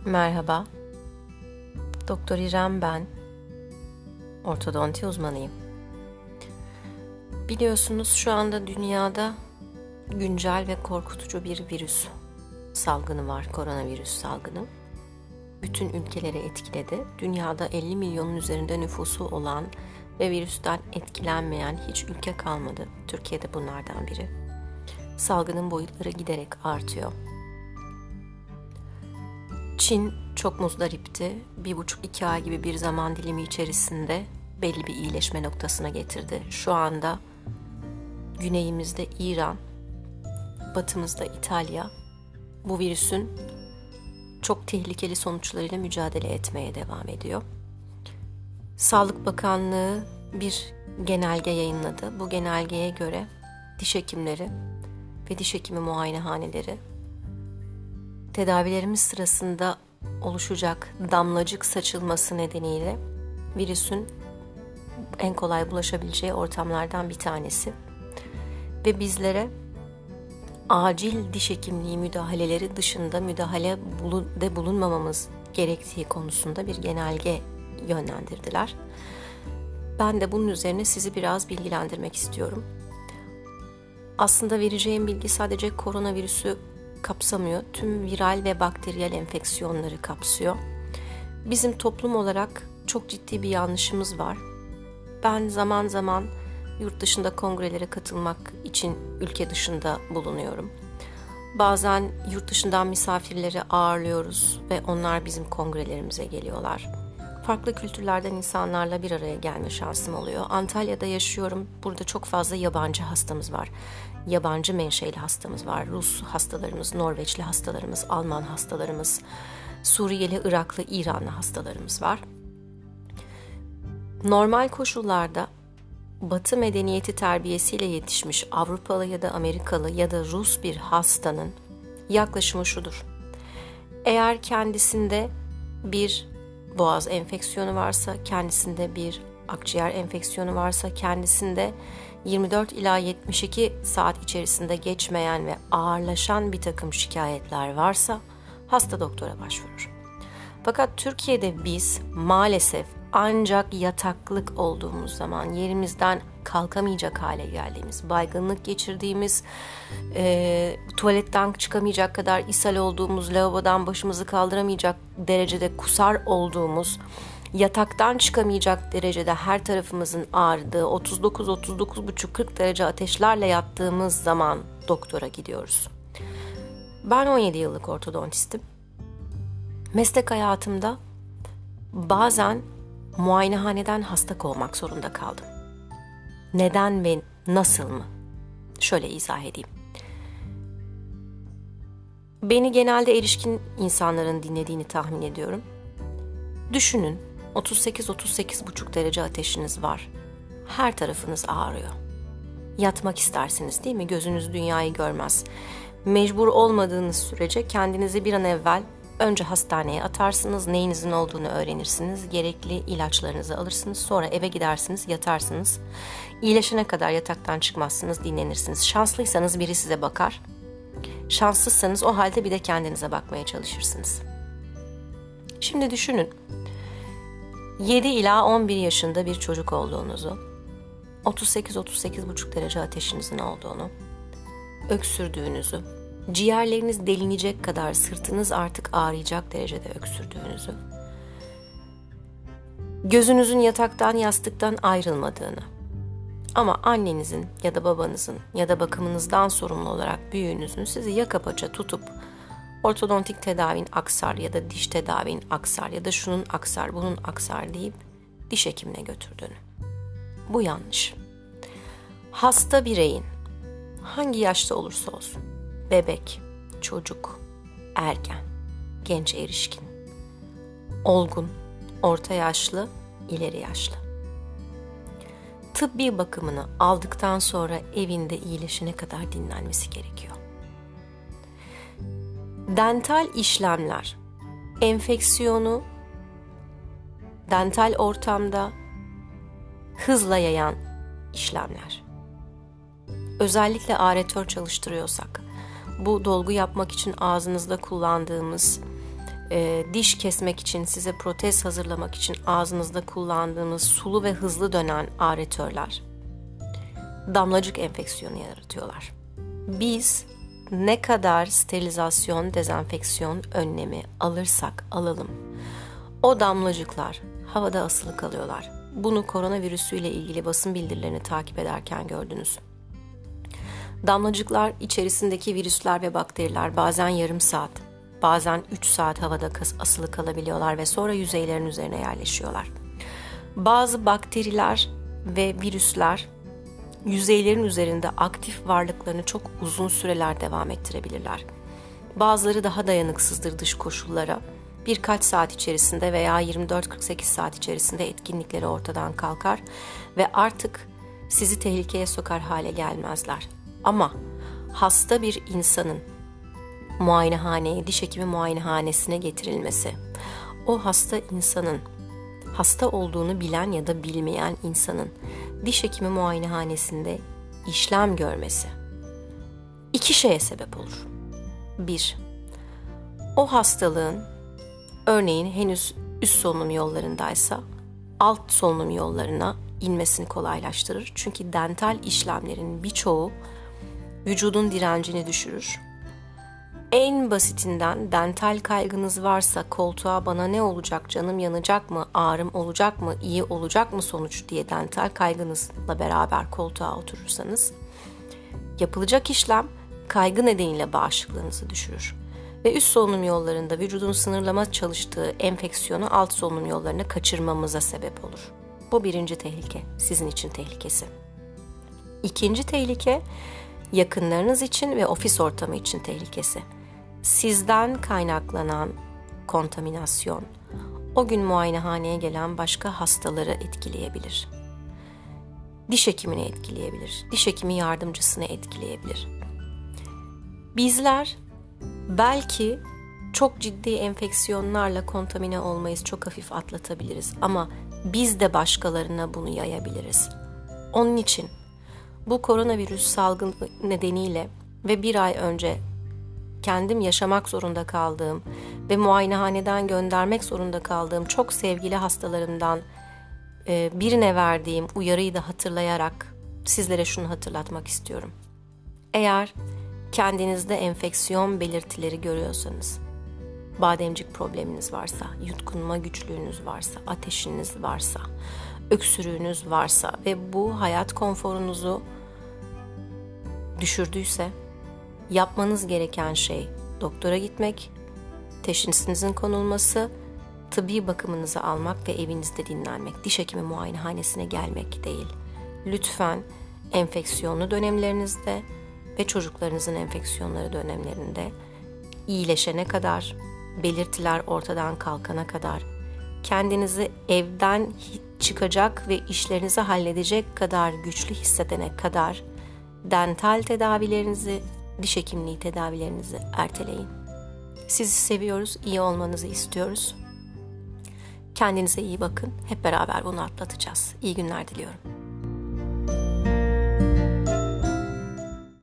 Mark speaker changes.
Speaker 1: Merhaba, Doktor İrem ben, ortodonti uzmanıyım. Biliyorsunuz şu anda dünyada güncel ve korkutucu bir virüs salgını var, koronavirüs salgını. Bütün ülkeleri etkiledi. Dünyada 50 milyonun üzerinde nüfusu olan ve virüsten etkilenmeyen hiç ülke kalmadı. Türkiye de bunlardan biri. Salgının boyutları giderek artıyor. Çin çok muzdaripti. 1,5-2 ay gibi bir zaman dilimi içerisinde belli bir iyileşme noktasına getirdi. Şu anda güneyimizde İran, batımızda İtalya bu virüsün çok tehlikeli sonuçlarıyla mücadele etmeye devam ediyor. Sağlık Bakanlığı bir genelge yayınladı. Bu genelgeye göre diş hekimleri ve diş hekimi muayenehaneleri tedavilerimiz sırasında oluşacak damlacık saçılması nedeniyle virüsün en kolay bulaşabileceği ortamlardan bir tanesi. Ve bizlere acil diş hekimliği müdahaleleri dışında müdahalede bulunmamamız gerektiği konusunda bir genelge yönlendirdiler. Ben de bunun üzerine sizi biraz bilgilendirmek istiyorum. Aslında vereceğim bilgi sadece koronavirüsü kapsamıyor. Tüm viral ve bakteriyel enfeksiyonları kapsıyor. Bizim toplum olarak çok ciddi bir yanlışımız var. Ben zaman zaman yurt dışında kongrelere katılmak için ülke dışında bulunuyorum. Bazen yurt dışından misafirleri ağırlıyoruz ve onlar bizim kongrelerimize geliyorlar. Farklı kültürlerden insanlarla bir araya gelme şansım oluyor. Antalya'da yaşıyorum. Burada çok fazla yabancı hastamız var. Yabancı menşeli hastamız var. Rus hastalarımız, Norveçli hastalarımız, Alman hastalarımız, Suriyeli, Iraklı, İranlı hastalarımız var. Normal koşullarda Batı medeniyeti terbiyesiyle yetişmiş Avrupalı ya da Amerikalı ya da Rus bir hastanın yaklaşımı şudur. Eğer kendisinde bir boğaz enfeksiyonu varsa, kendisinde bir akciğer enfeksiyonu varsa, kendisinde 24 ila 72 saat içerisinde geçmeyen ve ağırlaşan bir takım şikayetler varsa hasta doktora başvurur. Fakat Türkiye'de biz maalesef ancak yataklık olduğumuz zaman, yerimizden kalkamayacak hale geldiğimiz, baygınlık geçirdiğimiz, tuvaletten çıkamayacak kadar ishal olduğumuz, lavabodan başımızı kaldıramayacak derecede kusar olduğumuz, yataktan çıkamayacak derecede her tarafımızın ağrıdığı, 39-39,5-40 derece ateşlerle yattığımız zaman doktora gidiyoruz. Ben 17 yıllık ortodontistim. Meslek hayatımda bazen muayenehaneden hasta kovmak zorunda kaldım. Neden ve nasıl mı? Şöyle izah edeyim. Beni genelde erişkin insanların dinlediğini tahmin ediyorum. Düşünün, 38-38,5 derece ateşiniz var. Her tarafınız ağrıyor. Yatmak istersiniz değil mi? Gözünüz dünyayı görmez. Mecbur olmadığınız sürece kendinizi bir an evvel önce hastaneye atarsınız, neyinizin olduğunu öğrenirsiniz, gerekli ilaçlarınızı alırsınız, sonra eve gidersiniz, yatarsınız. İyileşene kadar yataktan çıkmazsınız, dinlenirsiniz. Şanslıysanız biri size bakar, şanssızsanız o halde bir de kendinize bakmaya çalışırsınız. Şimdi düşünün, 7 ila 11 yaşında bir çocuk olduğunuzu, 38-38,5 derece ateşinizin olduğunu, öksürdüğünüzü, ciğerleriniz delinecek kadar sırtınız artık ağrıyacak derecede öksürdüğünüzü, gözünüzün yataktan yastıktan ayrılmadığını ama annenizin ya da babanızın ya da bakımınızdan sorumlu olarak büyüğünüzün sizi yaka paça tutup ortodontik tedavin aksar ya da diş tedavin aksar ya da şunun aksar bunun aksar deyip diş hekimine götürdüğünü. Bu yanlış. Hasta bireyin hangi yaşta olursa olsun, bebek, çocuk, ergen, genç erişkin, olgun, orta yaşlı, ileri yaşlı. Tıbbi bakımını aldıktan sonra evinde iyileşene kadar dinlenmesi gerekiyor. Dental işlemler, enfeksiyonu dental ortamda hızla yayan işlemler. Özellikle aretör çalıştırıyorsak, bu dolgu yapmak için ağzınızda kullandığımız diş kesmek için, size protez hazırlamak için ağzınızda kullandığınız sulu ve hızlı dönen aretörler damlacık enfeksiyonu yaratıyorlar. Biz ne kadar sterilizasyon, dezenfeksiyon önlemi alırsak alalım, o damlacıklar havada asılı kalıyorlar. Bunu koronavirüsüyle ilgili basın bildirilerini takip ederken gördünüz. Damlacıklar içerisindeki virüsler ve bakteriler bazen yarım saat, bazen 3 saat havada asılı kalabiliyorlar ve sonra yüzeylerin üzerine yerleşiyorlar. Bazı bakteriler ve virüsler yüzeylerin üzerinde aktif varlıklarını çok uzun süreler devam ettirebilirler. Bazıları daha dayanıksızdır dış koşullara. Birkaç saat içerisinde veya 24-48 saat içerisinde etkinlikleri ortadan kalkar ve artık sizi tehlikeye sokar hale gelmezler. Ama hasta bir insanın muayenehaneye, diş hekimi muayenehanesine getirilmesi, o hasta insanın, hasta olduğunu bilen ya da bilmeyen insanın diş hekimi muayenehanesinde işlem görmesi 2 şeye sebep olur. 1. O hastalığın örneğin henüz üst solunum yollarındaysa alt solunum yollarına inmesini kolaylaştırır. Çünkü dental işlemlerin birçoğu vücudun direncini düşürür. En basitinden dental kaygınız varsa koltuğa bana ne olacak, canım yanacak mı, ağrım olacak mı, iyi olacak mı sonuç diye dental kaygınızla beraber koltuğa oturursanız yapılacak işlem kaygı nedeniyle bağışıklığınızı düşürür. Ve üst solunum yollarında vücudun sınırlama çalıştığı enfeksiyonu alt solunum yollarına kaçırmamıza sebep olur. Bu birinci tehlike, sizin için tehlikesi. İkinci tehlike, yakınlarınız için ve ofis ortamı için tehlikesi. Sizden kaynaklanan kontaminasyon, o gün muayenehaneye gelen başka hastaları etkileyebilir. Diş hekimini etkileyebilir, diş hekimi yardımcısını etkileyebilir. Bizler belki çok ciddi enfeksiyonlarla kontamine olmayız, çok hafif atlatabiliriz ama biz de başkalarına bunu yayabiliriz. Onun için bu koronavirüs salgını nedeniyle ve 1 ay önce kendim yaşamak zorunda kaldığım ve muayenehaneden göndermek zorunda kaldığım çok sevgili hastalarımdan birine verdiğim uyarıyı da hatırlayarak sizlere şunu hatırlatmak istiyorum. Eğer kendinizde enfeksiyon belirtileri görüyorsanız, bademcik probleminiz varsa, yutkunma güçlüğünüz varsa, ateşiniz varsa, öksürüğünüz varsa ve bu hayat konforunuzu düşürdüyse, yapmanız gereken şey doktora gitmek, teşhisinizin konulması, tıbbi bakımınızı almak ve evinizde dinlenmek, diş hekimi muayenehanesine gelmek değil. Lütfen enfeksiyonlu dönemlerinizde ve çocuklarınızın enfeksiyonları dönemlerinde iyileşene kadar, belirtiler ortadan kalkana kadar, kendinizi evden çıkacak ve işlerinizi halledecek kadar güçlü hissedene kadar dental tedavilerinizi, diş hekimliği tedavilerinizi erteleyin. Sizi seviyoruz, iyi olmanızı istiyoruz. Kendinize iyi bakın. Hep beraber bunu atlatacağız. İyi günler diliyorum.